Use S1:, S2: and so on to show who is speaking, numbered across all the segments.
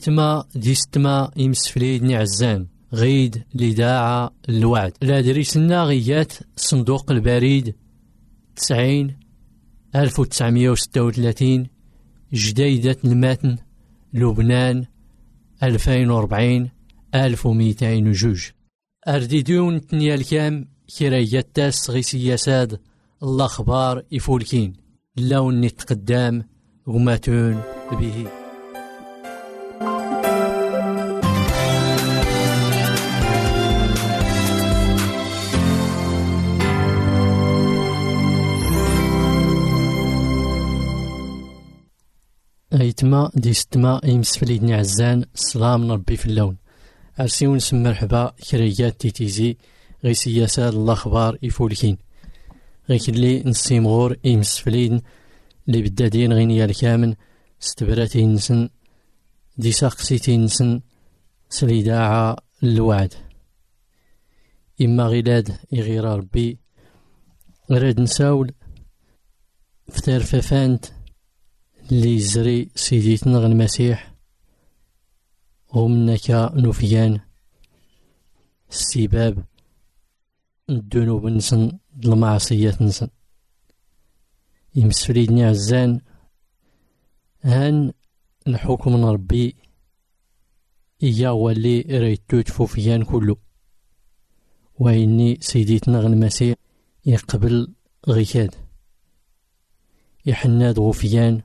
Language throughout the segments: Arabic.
S1: إتما ديستما إمسفليد نعزان غيد لداعة الوعد لا دريسنا غيات صندوق البريد 90-1936 جديدة المتن لبنان 2040-1202 أرديدون تنيا الكام كرايات تاس غي سياساد الأخبار إفولكين اللون نتقدام غماتون به أيتما ديستما إمسفليدني عزان السلام ربي في اللون أرسيون سم مرحبا كريات تيتيزي غي سياسات الأخبار إفولكين غي كلي نسيمغور إمسفليدن اللي بدادين غينيا الكامن استبراتي نسن دي ساقسيتي نسن سليداعة الوعد إما غلاد إغير ربي غراد نساول فتار فافانت اللي يزري سيديتنا المسيح ومنك نوفيان السباب الذنوب نسن المعصيات نسن يمسفليدني عزان هان الحكم من ربي إيا واللي ريتو تفوفيان كله وإني سيديتنا المسيح يقبل غيكاد يحناد غفيان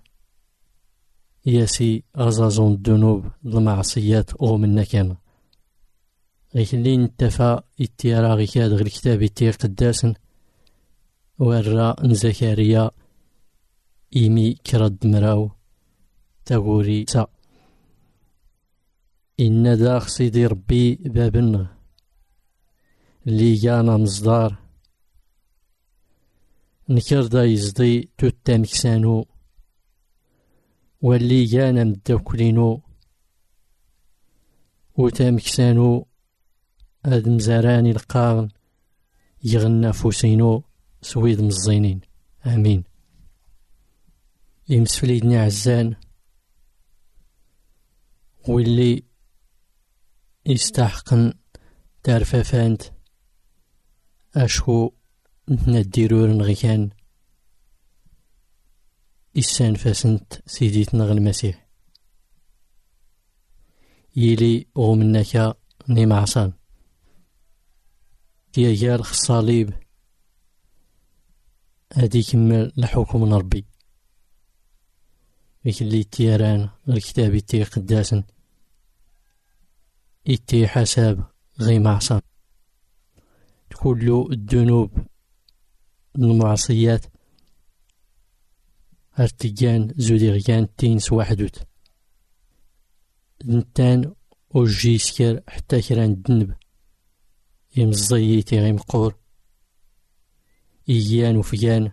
S1: ياسي أزازون الذنوب المعصيات أو منا كان غيكلي نتفا إتيارا غيكاد غير الكتاب إتير قداسن ورا زكريا إيمي كرد مراو تغوري سا إن داخ سيدي ربي بابن اللي جانا مصدار نكر دا يزدي توتا مكسانو واللي جانا مدوكلينو وتامكسانو هاد مزاراني القارن يغنى فوسينو سويد مزينين امين. يمسفليدني عزان واللي يستحقن تارفافانت اشكو نديرور نغيكان إسان فاسنت سيديتنا المسيح يلي غمناك نيمعصان تيجال الصليب هادي كمل لحكم من ربي اللي تيران الكتاب تي قداسن إتي حساب غي معصان كل الذنوب المعصيات ارتجان زوديغيان تينس وحدوت نتان وجي سكر حتى كران الدنب يمزيتي غي مقور إيان وفيان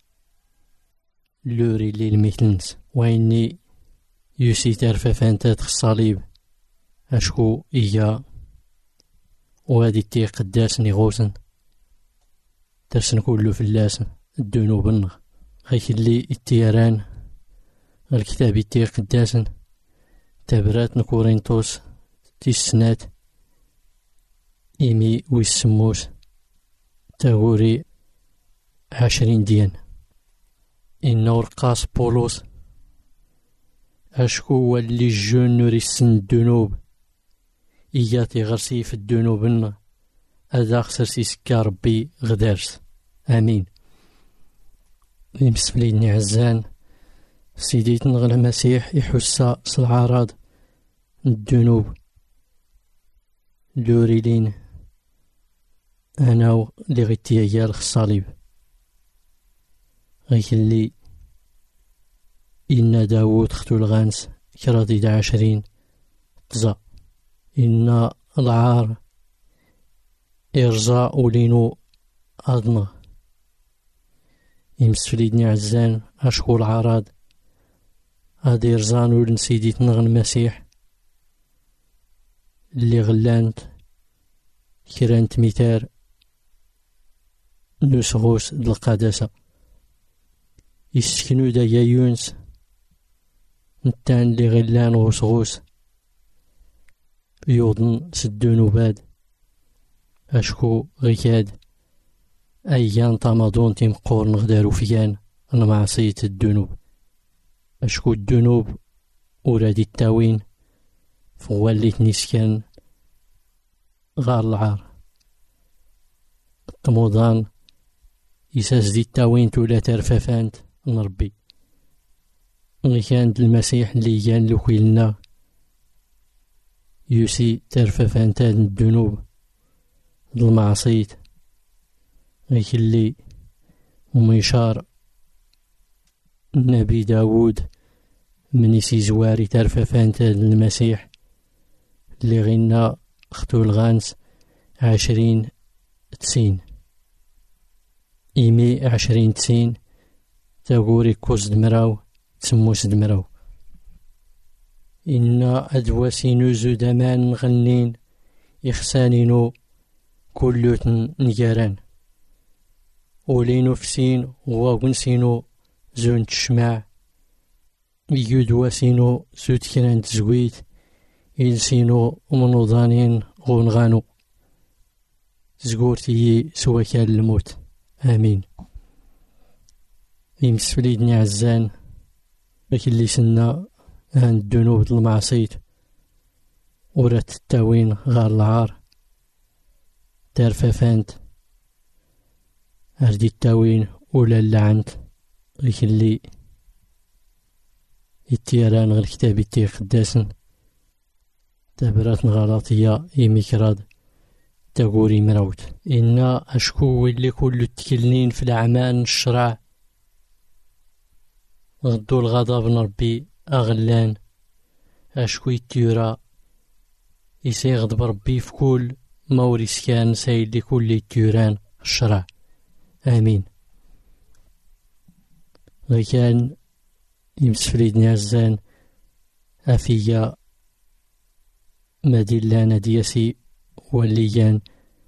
S1: لوري لي المثلنس وإني يوسي ترفافانتات الصليب أشكو إيا وهادي تي قداسني غوسن ترسن كله فلاسن الذنوب النغ غيك اللي التيران الكتاب يتي قداسن تبرات نكورينتوس تيسنات إيمي ويسموس تاغوري 20 ديان إنو رقاص بولوس أشكو واللي الجون نوريسن الذنوب إياتي غرسي في الذنوب هذا خسر سيسكا ربي غدارس آمين. يمسفليني عزان سيديتنا غير المسيح يحسا صالعراض الذنوب لوريلين أنا اللي غيتيا الصليب غيك اللي إن داود ختو الغانس كرادي 20 طزا إن العار إرزا ولينو أضنا يمسفليدني عزان أشكو العراض هادي رزان ولن سيديتنا غن المسيح اللي غلانت كرانت ميتار نسغوس القداسة يسكنو دا يا يونس نتان اللي غلان غوسغوس يوضن سدونوباد أشكو غيكاد أيان طامادون تيمقور نغدارو فيان المعصية الدنوب أشكو الدنوب ورادي التاوين فواليت نسكان غار العار الطموضان يساس دي التاوين تولا ترفافانت نربي غي كان المسيح اللي يان لوكيلنا يوسي ترفافانت الدنوب المعصية غي اللي وميشار النبي داود من يسي زواري ترفافانت المسيح اللي غينا اختو الغانس 20 تسين إيمي 20 تسين تاغوري كوز دمراو تسموس دمراو إنا أدواسينو زودمان غنين إخسانينو كلوتن نجاران ولينو فسين وواغنسينو زون تشمع يودواسينو زود كران تزويت إلسينو ومنوضانين غونغانو زغورتي سوا كان الموت آمين. يمسفليدني عزان لكن اللي سنا عن الذنوب المعصيت ورات التاوين غار العار ترفافانت هردي التاوين ولا اللعنت لكن اللي التيران غير كتابي تي قداسن تبرات غلطية يميكراد تاغوري مراوت إنا أشكو اللي كل التكلين في الأعمال الشرع غدو الغضب نربي أغلان أشكو التيرا يسي غضب ربي في كل موريس كان سايد لكل التيران الشرع آمين. غي كان يمسفليدني عزان أفيا مديلانا دياسي والليان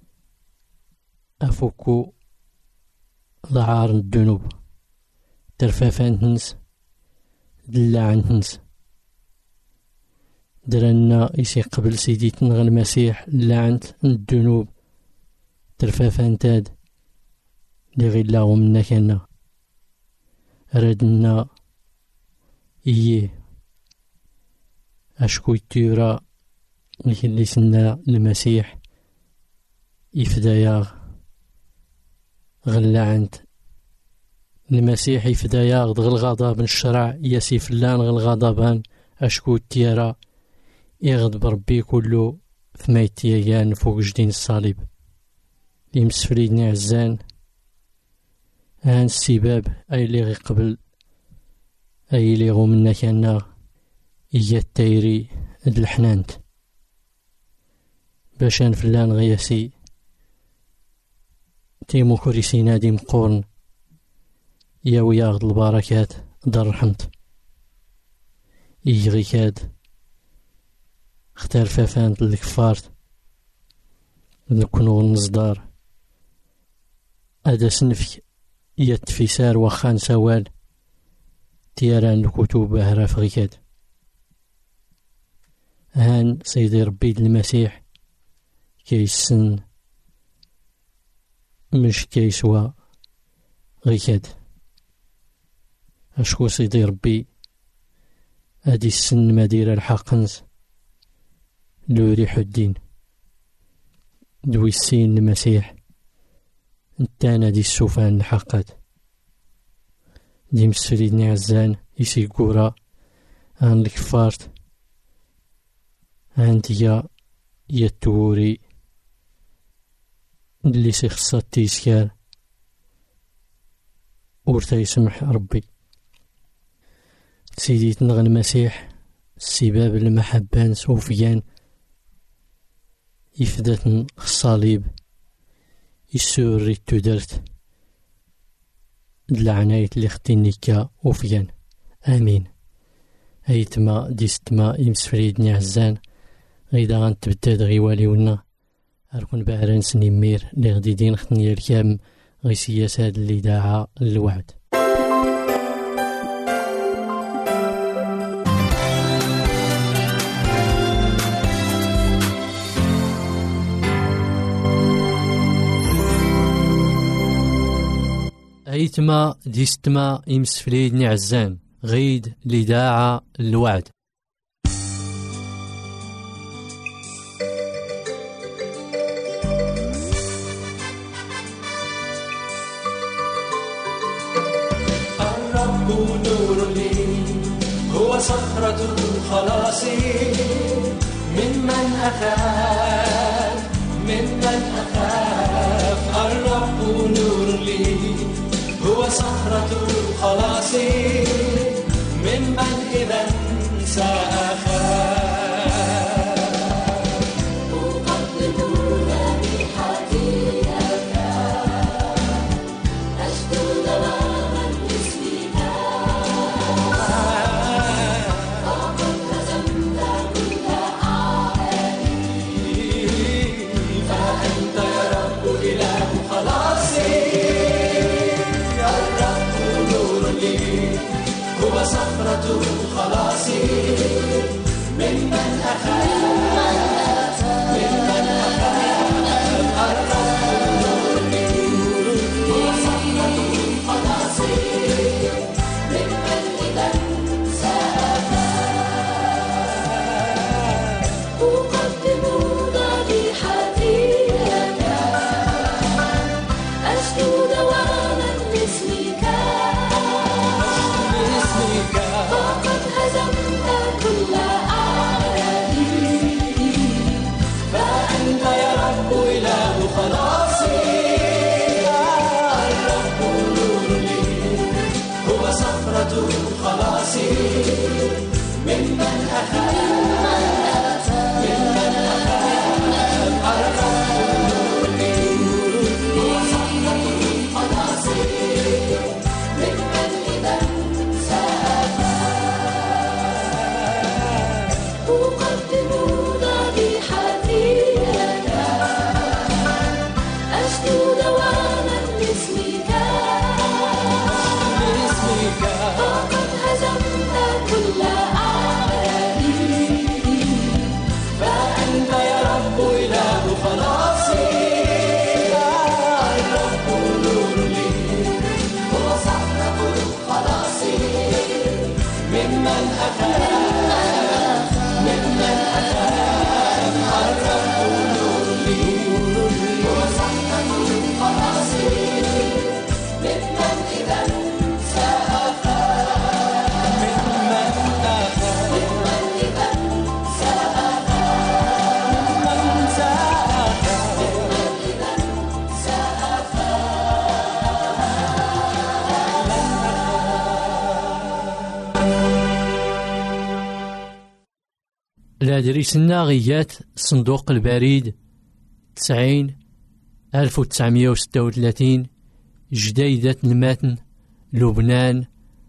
S1: أفوكو ضعار الذنوب ترفافان تنس دلعن تنس درنا يسي قبل سيدي تنغى المسيح لعنت الذنوب ترفافان تاد لغي لاغو منا كنا ردنا إيه أشكو التيرا اللي سنا المسيح يفداياغ غلعنت المسيح يفداياغ دغ الغضب الشرع ياسي فلان غ الغضبان أشكو التيرا يغضب ربي كله ثميت يايان فوق جدين الصليب يمسفليدني عزان هان السباب أي اللي غي قبل أي اللي غو منا كان إيا التايري الحنانت باشان فلان غياسي تيمو كوريسينا ديم قورن يا وياغد البركات دار رحمت يغي كاد اختار فافان الكفارت نكونو النصدار هذا سنفك يا التفسار وخان سوال تيران الكتب هرا فغيكاد هان سيدي ربي المسيح كيسن مش كيسوا غيكاد أشكو سيدي ربي هادي السن مدير الحقنز لو ريح الدين دوي السين المسيح انتانا دي السوفان الحقات دي مسفريدني عزان يسي قورا عن الكفارت عندي يتوري اللي سيخصات تيسكار ورتا يسمح ربي سيدي تنغى المسيح السباب المحبان سوفيان يفدت الصليب يسوري تدرت العناية اللي ختينيكا وفيان آمين. أيتما ديستما يمسفريدني عزان غيدا غنتبداد غيوالي ونا أركون بعران سنيمير لي غدي دين ختني الكام غي سياسات اللي داعا الوعد. أيتما ديستما يمسفليد نعزان غيد لداعة الوعد.
S2: الرب نور لي هو صخرة الخلاص ممن أخاف الرب نور لي هو صخرة الخلاص ممن إذا سأخاف. صخرة الخلاص ممن أخاف الرب نور هو صخرة الخلاص ممن إذا سأخاف. أقدم ذبيحتي لك أشكو دواما لاسمك فقد هزمت كل أعدائي فأنت يا رب إله خلاصي. الرب نور لي هو صخرة الخلاص ممن أخاف الرب نور لي هو صخرة الخلاص ممن إذا أقدم ذبيحتي لك أشكو دواما لاسمك فقد هزمت كل أعدائي فأنت يا رب إله خلاصي. الرب نور لي هو صخرة الخلاص ممن أخاف
S1: الأدريسنا غيات صندوق البريد 90-1936 جديدة المتن لبنان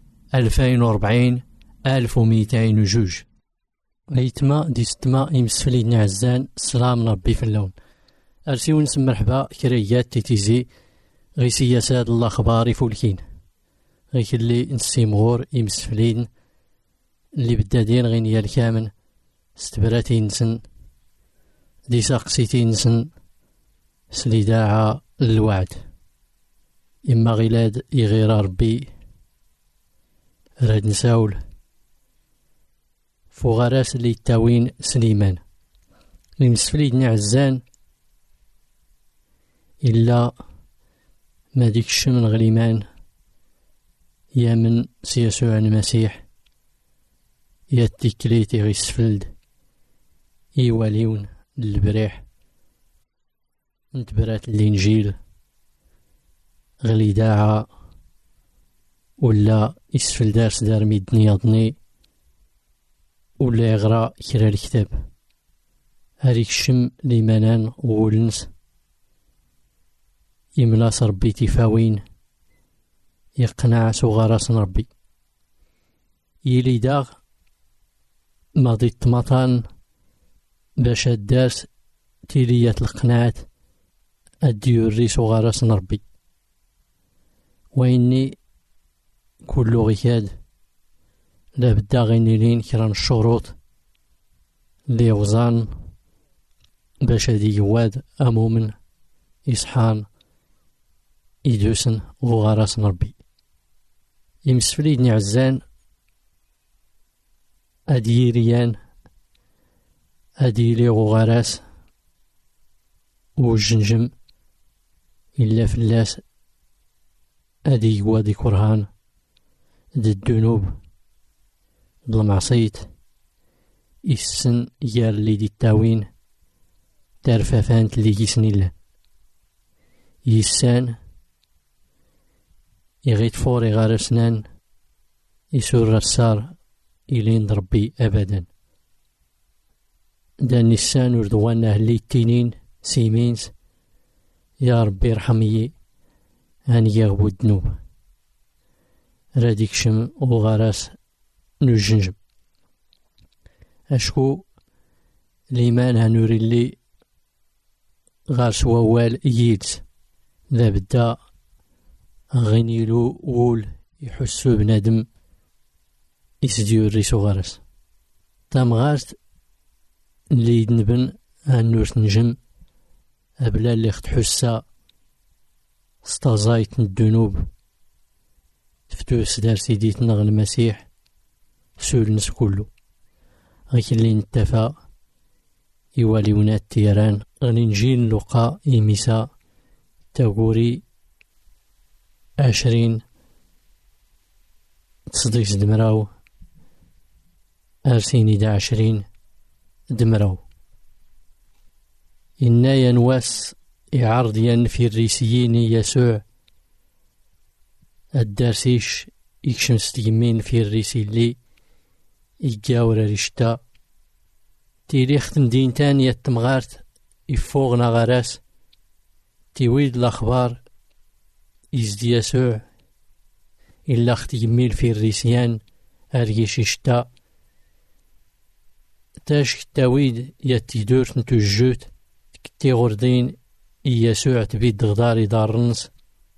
S1: 2040-1202. أيتما ديستما يمسفليد نعزان سلام ربي في اللون. أرسيو نسم مرحبا كريات تيتيزي غي سياسات الله خباري فولكين غي كلي نسيمغور يمسفلين اللي بدادين غي نيال كامن استبراتي نسن دي ساقسيتي نسن سليداعة الوعد إما غلاد يغير ربي راد نساول فوغراس اللي تاوين سليمان المسفليد نعزان إلا ما ديكش من غليمان يا من سيسوع المسيح يا تيكليتي غيسفلد إيواليون البريح نتبرات الإنجيل غلي داعة ولا يسفل دارس دار ميدني يضني ولا يغرى كرا الكتاب هاريك الشم ليمانان وولنس يملاس ربي تفاوين يقنع سوغراس ربي يلي داغ ماضي الطماطان باش الدارس تيليات القناعات الديوري سوغراس ربي وإني كل غياد لا بدا غيني لين كران الشروط لي وزان باش هادي يواد أمومن إصحان إدوسن وغراس ربي يمسفليدني عزان أديريان أديلي غراس والجنجم إلا فلاس أدي وادي كرهان د الذنوب د المعصيت السن يار اللي دي التاوين ترفافانت اللي يسني الله يسان يغيت فوري غار سنان يسور السار إلين ربي أبدا دا نسان وردوانا اللي التنين سيمينز يا ربي ارحمي هاني يغبو الذنوب راديك شم وغراس نجنجم أشكو ليمان هنوري اللي غارس ووال ييدز ذا بدا غنيلو وول يحسو بنادم يسديو الريسو غارس تام غارت اللي يدنبن هنور تنجم أبلا اللي ختحسا استغزايت الذنوب تفتوس دار سيدي تنغ المسيح سول نس كله غيك اللي نتفا يواليونا التيران غني نجين لقا يميسا تاغوري 20 تصديس دمراو أرسيني دا 20 دمراو إنا ينواس يعرض ينفي الريسيين يسوع الدارسيش يكشم ستيمين في الريسي اللي يجاور ريشتا تيريخ تندين تانية تمغارت يفوغنا غراس تيويد الأخبار يزدي يسوع إلا اخت يميل في الريسيان أريش يشتا تاش التاويد يتيدور نتوجوت كتي غردين يسوع تبيد غداري دارنس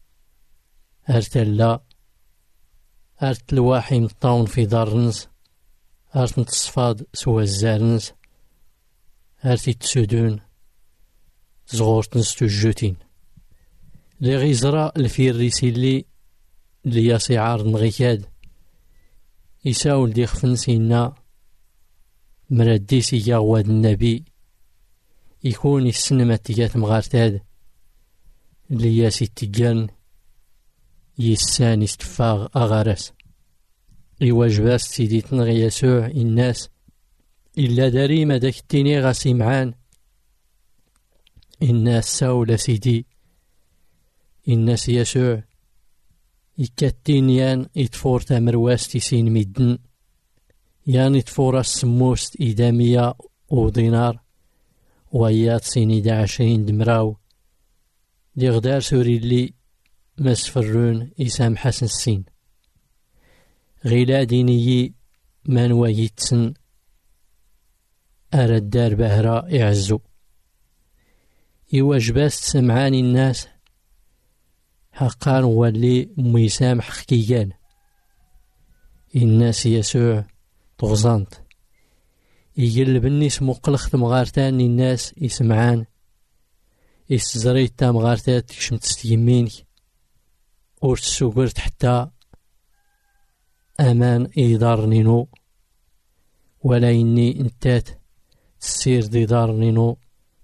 S1: أرتلا أرت الواحي مطاون في دارنس أرت نتصفاد سوا الزارنس أرتي تسودون زغورت نستوجوتين لي غيزرا الفيريسي اللي ياسي عارض نغيكاد يساول دي خفنسينا مرديسي ياغواد النبي يكون السنمة تيات مغارتاد اللي ياسي تيجان يسان استفاغ أغارس يواجباس سيدي تنغي يسوع الناس إلا داري مداك التيني غاسي معان الناس ساول سيدي الناس يسوع يكاتين يان يتفور تامرواس تيسين ميدن يان يتفور السموست إدامية ودينار ويات سيني دا 20 دمراو دي غدار سوري اللي مسفرون يسام حسن السين غيلا دينيي من ويتسن أرى الدار بهرا يعزو يواجباس تسمعاني الناس حقا واللي ميسامح خكيان الناس يسوع تغزانت يقلب الناس مقلخ مغارتان الناس يسمعان يستزريت تا مغارتات تكشم تستيمينك اور تسوقرت حتى أمان إيدار نينو ولا إني انتات تسير دي دار نينو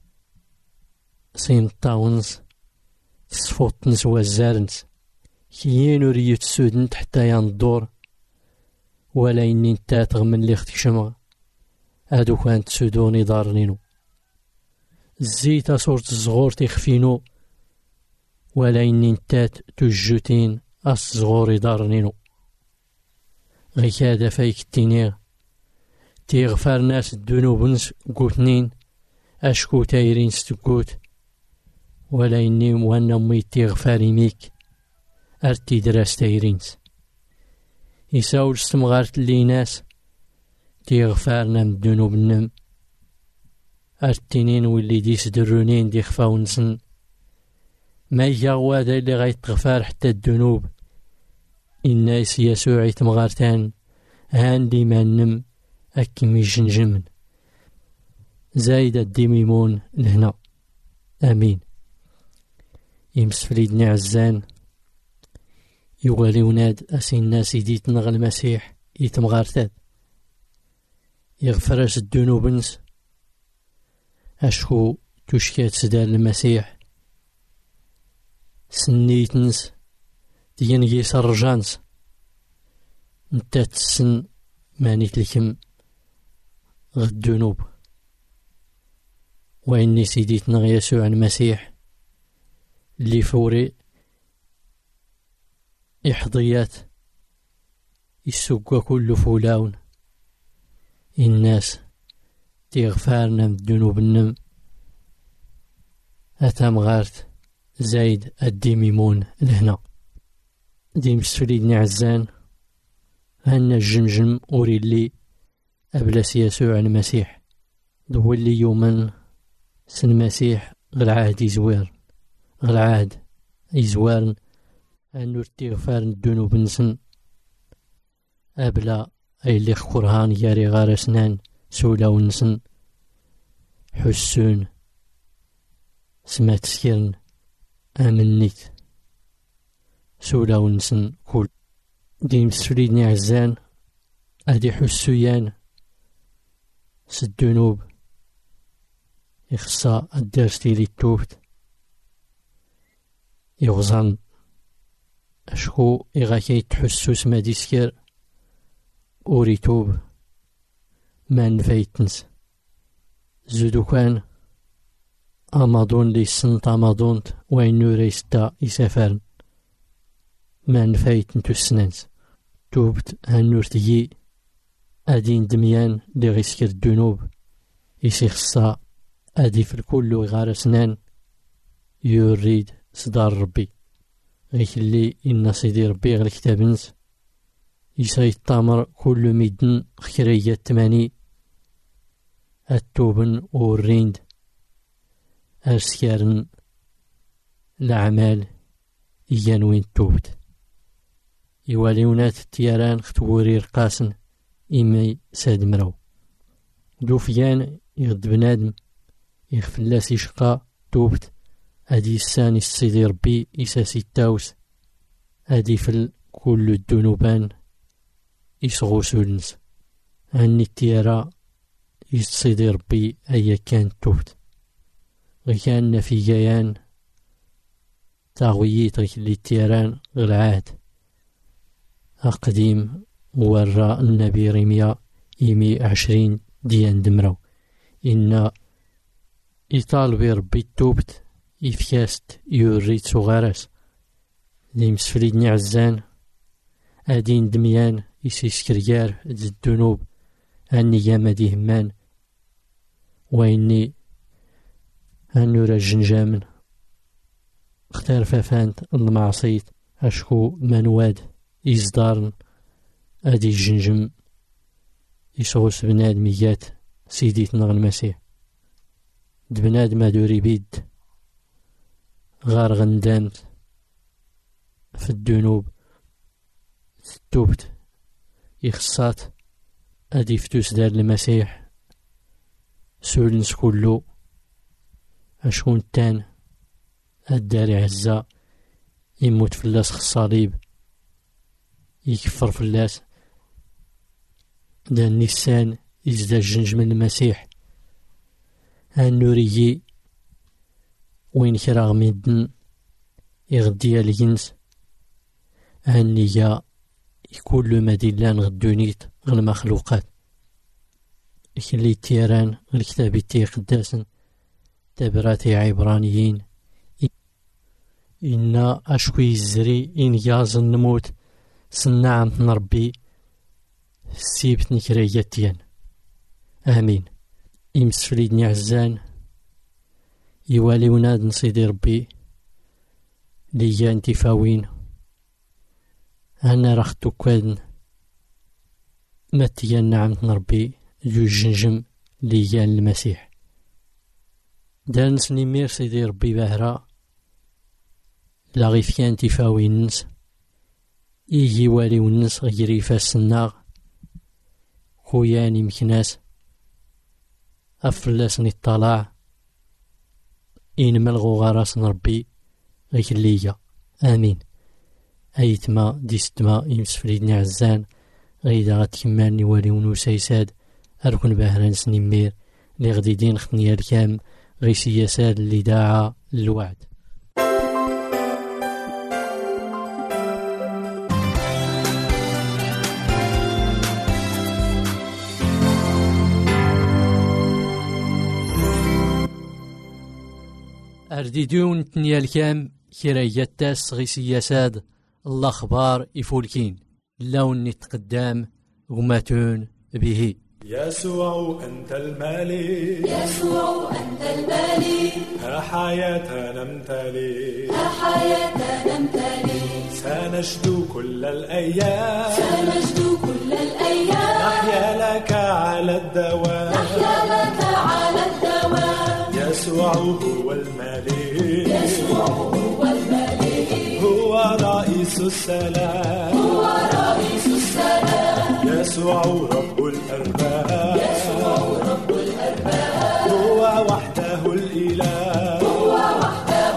S1: سين طاونز تصفوت نسوا الزارنس كيين وريو تسودن حتى يندور ولا إني انتات غمن لي اختكشمغ هادو كانت تسودوني دار نينو الزيت صورت الزغور تيخفينو ولا إني انتات تجوتين الصغور دار نينو غيك هذا فايك التينيغ تيغفر ناس الذنوب نس قوتنين أشكو تايرين ستقوت ولا إني وانا أمي تيغفر يميك أرتي دراس تايرينس يساول استمغارت اللي ناس تيغفرنا من الذنوب النم أرتينين واللي ديس درونين دي خفاونسن ما يغوى دا اللي غيتغفر حتى الذنوب الناس يسوع يتمغارتان هاندي مانم أكمي جنجمن زايدة الديميمون لهنا آمين. يمسفليدني عزان يوالي وناد أسينا سيديت نغ المسيح يتمغارتاد يغفرس الذنوب نس أشكو تشكيت سدال المسيح سنيت نس دينجي سرجانس نتا تسن مانيت لكم غد الذنوب وإني سيديت نغ يسوع المسيح اللي فوري إحضيات يسوق كل فولاون الناس تغفارنا من الذنوب النم أتام غارت زايد الديميمون لهنا ديم سفليدني عزان هنا الجمجم أوري اللي أبلس يسوع المسيح دولي يوما سن المسيح غير عهد يزوار غير عهد يزوارن أنو تغفار الذنوب نسن أبلا أي اللي خورهان ياري غار سنان سولا ونسن حسون سما تسكرن أمنيت سولا ونسن كل ديم سفريدني عزان أدي حسويان سدنوب يخصى الدرس ديالي التوبت يغزن أشكو إغاكي تحسو سما ديسكر أوريتوب ما نفايتنس زودو كان أمازون لي سنت أمازونت وين نوريستا يسافرن ما نفايتن تسنانس توبت هنورتي أدين دميان لي غيسكر الذنوب يسيخصا أدي في الكل غار سنان يريد صدار ربي غيك اللي إن سيدي ربي غير الكتاب نس يساي التمر كل ميدن خكرية تماني التوبن والريند أرسكارن الأعمال إيانوين توبت يواليونات التياران ختوري رقاسن إيمي ساد مرو دوفيان يغد بنادم يغفلاس يشقى توبت أدي الساني السيدي ربي إساسي التاوس أدي في كل الذنوبان يصغو سولنس هني التيارا يسيدي ربي أيا كان توبت غيكان في جيان تاغويت غيك اللي التيران غير عهد أقديم ورا النبي رميا 20 ديان دمرو إن يطالب ربي التوبت يفياست يوريت صغارس لي مسفليدني عزان أدين دميان يسيسكريار الذنوب أني ياما دي همان وإني هنورا الجنجامن اختار فافانت المعصيت أشكو منواد يزدارن أدي الجنجم يسغوس بنادميات سيديتنا المسيح دبناد ما دوري بيد غار غندامت في الذنوب توبت يخصات أدي فتوس دار المسيح سولنس كلو أشكون تان الداري عزة يموت فلاس الصليب يكفر فلاس دا النسان يزداد جنج من المسيح هالنوريي وين كراغ ميدن يغدي الجنس هالنية يكون له مدلان غدونيت غير المخلوقات اللي تيران الكتاب تي قداسن تبراتي عبرانيين إن أشكوي الزري إن ياز النموت سنعم نربي سيبت نكريتيان آمين إمس فليدني عزان يوالي وناد نصيدي ربي ليا انتفاوين أنا رخت كادن ماتيان نعم نربي جوج جنجم ليا المسيح دانسني مير سيدي ربي باهرا لا غيف كان تفاوي النس يجي والي ونس غيري فاس الناغ خوياني مكناس أفلاسني الطلاع إن ملغو غراس نربي غيك الليا آمين أيتما ديستما يمسفليدني عزان غيدا غتكمالني والي ونوسيساد أركن باهران سنمير لي غديدين خطنيا الكام غي سياسات اللي داعا الوعد. أرديدون تنيا الكام كرايات تاس غي سياسات الأخبار يفولكين اللون نتقدام غماتون به.
S3: يسوع أنت الملك،
S2: يسوع أنت الملك،
S3: ها حياتنا امتلك،
S2: ها حياتنا امتلك،
S3: سنجد كل الأيام،
S2: سنجد كل الأيام،
S3: نحيا لك على الدوام،
S2: نحيا لك على الدوام.
S3: يسوع هو الملك،
S2: يسوع هو الملك،
S3: هو رئيس السلام،
S2: هو رئيس السلام.
S3: يسوع رب الأرباب،
S2: يسوع رب الأرباب،
S3: هو وحده الإله،
S2: هو وحده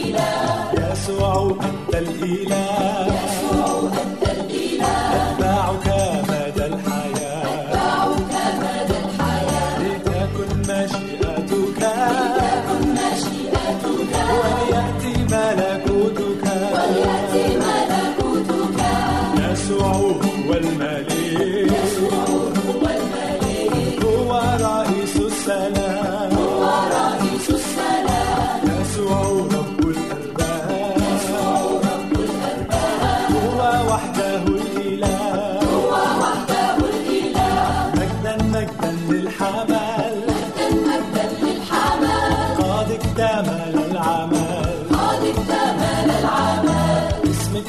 S2: الإله.
S3: يسوع أنت الإله،
S2: يسوع أنت الإله،
S3: أتبعك مدى الحياة،
S2: أتبعك مدى الحياة.
S3: لتكن مشيئتك،
S2: لتكن مشيئتك،
S3: وليأتي ملكوتك،
S2: وليأتي ملكوتك.
S3: يسوع هو الملك،
S2: يسوع هو الملك،
S3: هو رئيس السلام،
S2: هو رئيس السلام.
S3: يسوع رب الأرباب،
S2: يسوع رب الأرباب،
S3: هو وحده الإله،
S2: هو وحده الإله.
S3: مجدا مجدا للحمل،
S2: مجدا للحمل،
S3: قد اكتمل العمل،
S2: قد اكتمل العمل.
S3: اسمك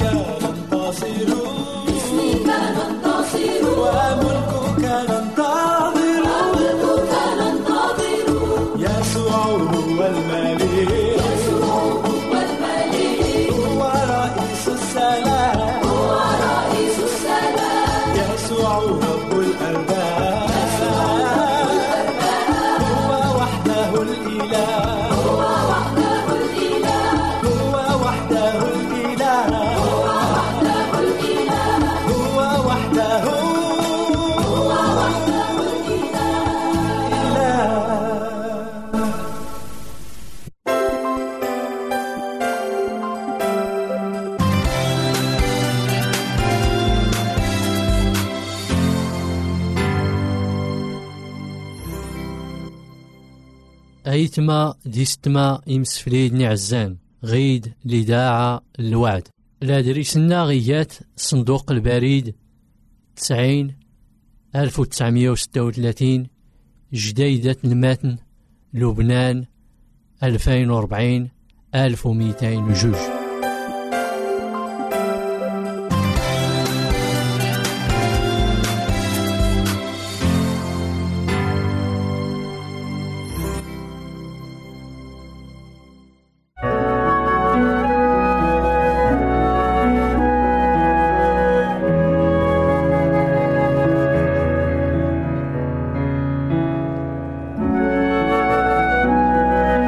S3: ننتصر،
S2: باسمك ننتصر،
S3: وملكك ننتظر،
S2: وملكك ننتظر.
S3: يسوع هو الملك،
S2: يسوع هو الملك،
S3: هو رئيس السلام،
S2: هو رئيس السلام.
S3: يسوع رب الأرباب، هو وحده الإله،
S2: هو وحده الإله،
S3: هو وحده الإله،
S2: هو وحده الإله،
S3: هو وحده
S2: هو وحده الإله.
S3: الإله.
S1: أيتما ديستما يمسفليدني عزان غيد لداعة الوعد. لا دريسنا غيات صندوق البريد 90-1936 جديدة المتن لبنان 2040-1202.